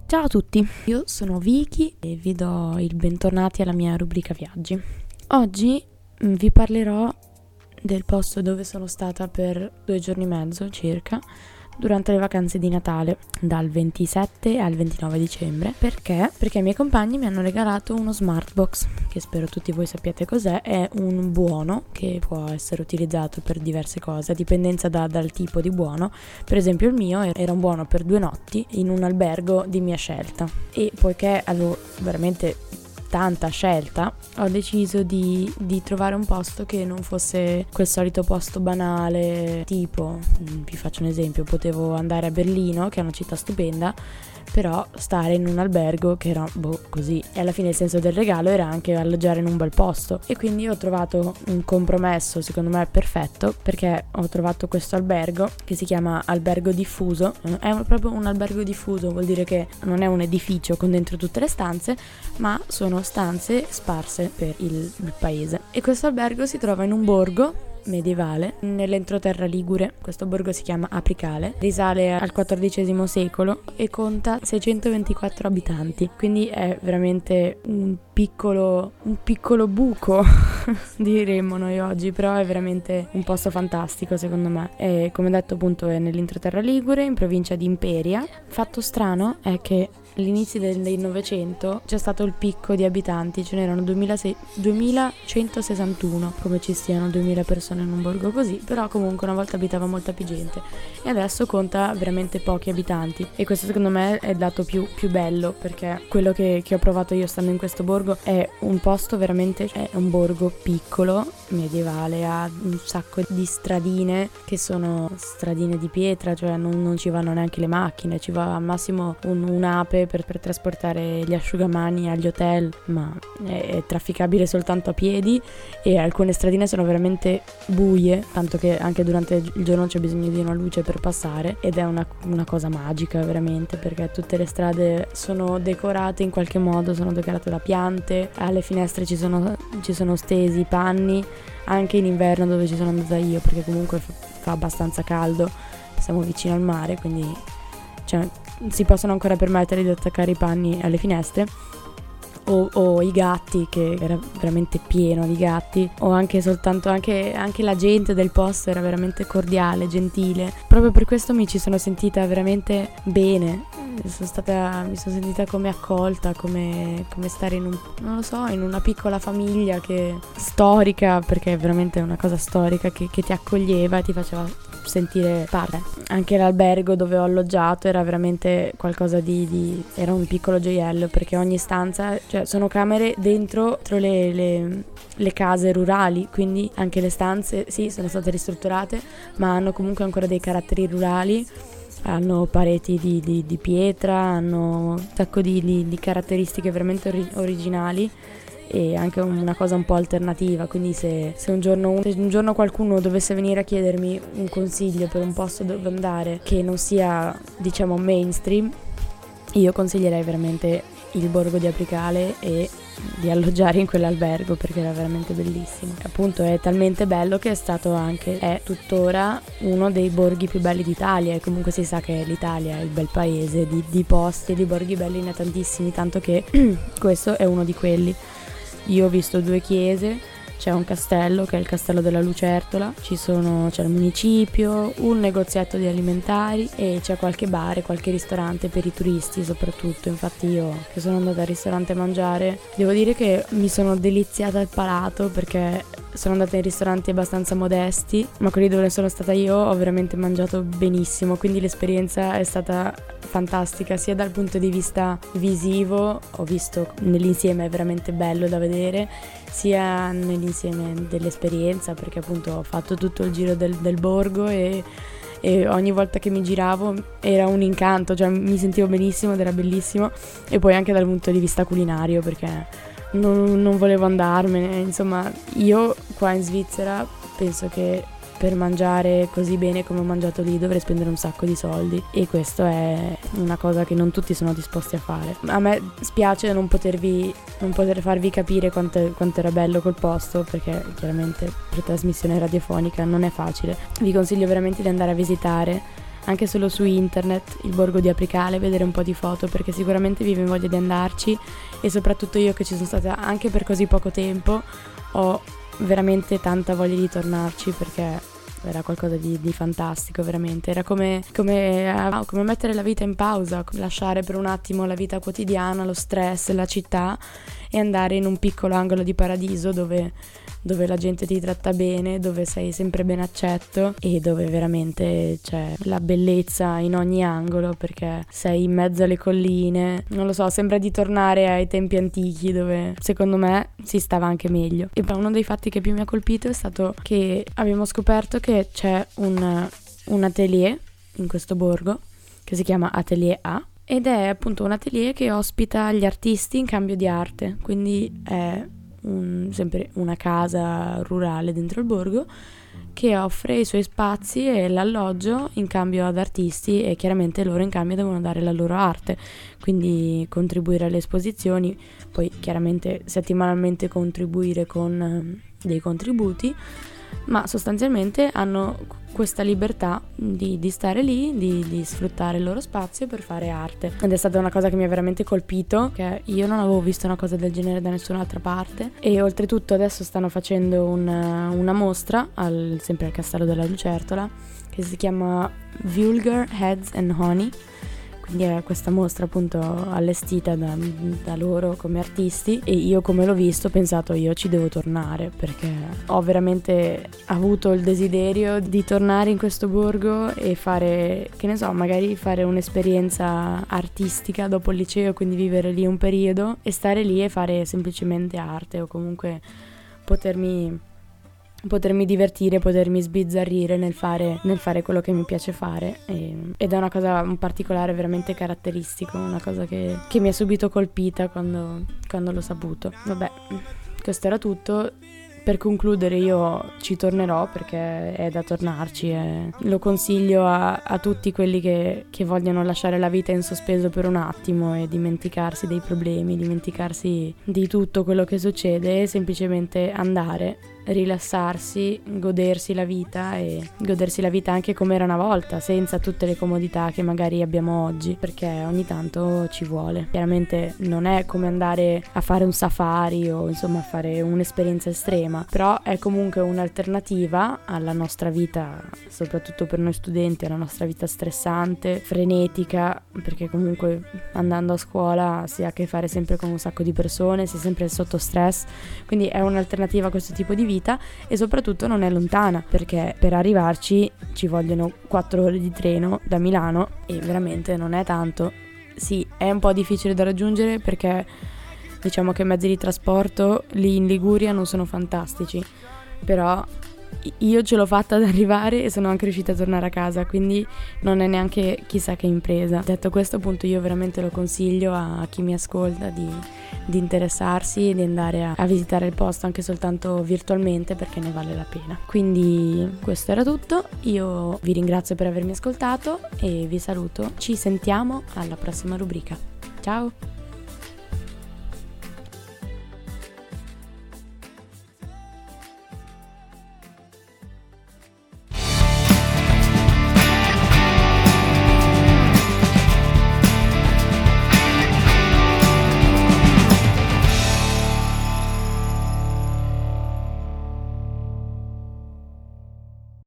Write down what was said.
Ciao a tutti, io sono Vicky e vi do il bentornati alla mia rubrica viaggi. Oggi vi parlerò del posto dove sono stata per 2 giorni e mezzo circa durante le vacanze di Natale, dal 27 al 29 dicembre. Perché? Perché i miei compagni mi hanno regalato uno Smartbox, che spero tutti voi sappiate cos'è. È un buono che può essere utilizzato per diverse cose, a dipendenza dal tipo di buono. Per esempio il mio era un buono per 2 notti in un albergo di mia scelta, e poiché avevo veramente tanta scelta, ho deciso di trovare un posto che non fosse quel solito posto banale. Tipo, vi faccio un esempio, potevo andare a Berlino, che è una città stupenda, però stare in un albergo che era così. E alla fine il senso del regalo era anche alloggiare in un bel posto, e quindi ho trovato un compromesso secondo me perfetto, perché ho trovato questo albergo che si chiama Albergo Diffuso. È proprio un albergo diffuso, vuol dire che non è un edificio con dentro tutte le stanze, ma sono stanze sparse per il paese. E questo albergo si trova in un borgo medievale nell'entroterra ligure. Questo borgo si chiama Apricale, risale al XIV secolo e conta 624 abitanti, quindi è veramente un piccolo buco diremmo noi oggi, però è veramente un posto fantastico secondo me. E come detto, appunto, è nell'entroterra ligure, in provincia di Imperia. Fatto strano è che all'inizio del Novecento c'è stato il picco di abitanti, ce n'erano 2161, come ci stiano 2000 persone in un borgo così, però comunque una volta abitava molta più gente, e adesso conta veramente pochi abitanti, e questo secondo me è il lato più bello, perché quello che ho provato io stando in questo borgo è un posto veramente, è un borgo piccolo, medievale, ha un sacco di stradine che sono stradine di pietra, cioè non ci vanno neanche le macchine, ci va al massimo un'ape per trasportare gli asciugamani agli hotel, ma è trafficabile soltanto a piedi, e alcune stradine sono veramente buie, tanto che anche durante il giorno c'è bisogno di una luce per passare, ed è una cosa magica veramente, perché tutte le strade sono decorate in qualche modo, sono decorate da piante, alle finestre ci sono stesi panni, anche in inverno dove ci sono andata io, perché comunque fa abbastanza caldo, siamo vicino al mare, quindi si possono ancora permettere di attaccare i panni alle finestre, o i gatti, che era veramente pieno di gatti, o anche soltanto anche la gente del posto era veramente cordiale, gentile. Proprio per questo mi ci sono sentita veramente bene, mi sono sentita come accolta, come stare in in una piccola famiglia storica, perché è veramente una cosa storica che ti accoglieva e ti faceva sentire parte. Anche l'albergo dove ho alloggiato era veramente qualcosa era un piccolo gioiello, perché ogni stanza, cioè sono camere dentro le case rurali, quindi anche le stanze sì sono state ristrutturate, ma hanno comunque ancora dei caratteri rurali, hanno pareti di pietra, hanno un sacco di caratteristiche veramente originali, e anche una cosa un po' alternativa. Quindi se un giorno qualcuno dovesse venire a chiedermi un consiglio per un posto dove andare che non sia, diciamo, mainstream, io consiglierei veramente il borgo di Apricale e di alloggiare in quell'albergo, perché era veramente bellissimo. Appunto è talmente bello che è tuttora uno dei borghi più belli d'Italia, e comunque si sa che l'Italia è il bel paese di posti e di borghi belli, ne ha tantissimi, tanto che questo è uno di quelli. Io ho visto 2 chiese, c'è un castello che è il castello della Lucertola, c'è il municipio, un negozietto di alimentari, e c'è qualche bar e qualche ristorante per i turisti soprattutto. Infatti io, che sono andata al ristorante a mangiare, devo dire che mi sono deliziata il palato, perché sono andata in ristoranti abbastanza modesti, ma quelli dove sono stata io ho veramente mangiato benissimo, quindi l'esperienza è stata fantastica, sia dal punto di vista visivo, ho visto nell'insieme è veramente bello da vedere, sia nell'insieme dell'esperienza, perché appunto ho fatto tutto il giro del borgo, e ogni volta che mi giravo era un incanto, cioè mi sentivo benissimo ed era bellissimo. E poi anche dal punto di vista culinario, perché non volevo andarmene, insomma. Io qua in Svizzera penso che per mangiare così bene come ho mangiato lì dovrei spendere un sacco di soldi, e questo è una cosa che non tutti sono disposti a fare. A me spiace non poter farvi capire quanto era bello quel posto, perché chiaramente per trasmissione radiofonica non è facile. Vi consiglio veramente di andare a visitare anche solo su internet, il borgo di Apricale, vedere un po' di foto, perché sicuramente vi viene voglia di andarci, e soprattutto io che ci sono stata anche per così poco tempo ho veramente tanta voglia di tornarci, perché era qualcosa di fantastico, veramente. Era come mettere la vita in pausa, lasciare per un attimo la vita quotidiana, lo stress, la città, e andare in un piccolo angolo di paradiso dove la gente ti tratta bene, dove sei sempre ben accetto e dove veramente c'è la bellezza in ogni angolo, perché sei in mezzo alle colline. Non lo so, sembra di tornare ai tempi antichi, dove secondo me si stava anche meglio. E poi uno dei fatti che più mi ha colpito è stato che abbiamo scoperto che c'è un atelier in questo borgo che si chiama Atelier A, ed è appunto un atelier che ospita gli artisti in cambio di arte, quindi è sempre una casa rurale dentro il borgo che offre i suoi spazi e l'alloggio in cambio ad artisti, e chiaramente loro in cambio devono dare la loro arte, quindi contribuire alle esposizioni, poi chiaramente settimanalmente contribuire con dei contributi, ma sostanzialmente hanno questa libertà di stare lì, di sfruttare il loro spazio per fare arte. Ed è stata una cosa che mi ha veramente colpito, che io non avevo visto una cosa del genere da nessun'altra parte. E oltretutto adesso stanno facendo una mostra sempre al Castello della Lucertola, che si chiama Vulgar Heads and Honey. Quindi è questa mostra appunto allestita da loro come artisti, e io come l'ho visto ho pensato io ci devo tornare, perché ho veramente avuto il desiderio di tornare in questo borgo e fare, che ne so, magari fare un'esperienza artistica dopo il liceo, quindi vivere lì un periodo e stare lì e fare semplicemente arte, o comunque potermi divertire, potermi sbizzarrire nel fare quello che mi piace fare, ed è una cosa, un particolare veramente caratteristico, una cosa che mi ha subito colpita quando l'ho saputo. Vabbè, questo era tutto. Per concludere, io ci tornerò perché è da tornarci, e lo consiglio a tutti quelli che vogliono lasciare la vita in sospeso per un attimo e dimenticarsi dei problemi, dimenticarsi di tutto quello che succede, e semplicemente andare, rilassarsi, godersi la vita, e godersi la vita anche come era una volta, senza tutte le comodità che magari abbiamo oggi, perché ogni tanto ci vuole. Chiaramente non è come andare a fare un safari o insomma fare un'esperienza estrema, però è comunque un'alternativa alla nostra vita, soprattutto per noi studenti, alla nostra vita stressante, frenetica, perché comunque andando a scuola si ha a che fare sempre con un sacco di persone, si è sempre sotto stress, quindi è un'alternativa a questo tipo di vita, e soprattutto non è lontana, perché per arrivarci ci vogliono 4 ore di treno da Milano, e veramente non è tanto. Sì, è un po' difficile da raggiungere, perché diciamo che i mezzi di trasporto lì in Liguria non sono fantastici, però io ce l'ho fatta ad arrivare e sono anche riuscita a tornare a casa, quindi non è neanche chissà che impresa. Detto questo, appunto, io veramente lo consiglio a chi mi ascolta di interessarsi e di andare a visitare il posto anche soltanto virtualmente, perché ne vale la pena. Quindi questo era tutto, io vi ringrazio per avermi ascoltato e vi saluto. Ci sentiamo alla prossima rubrica. Ciao!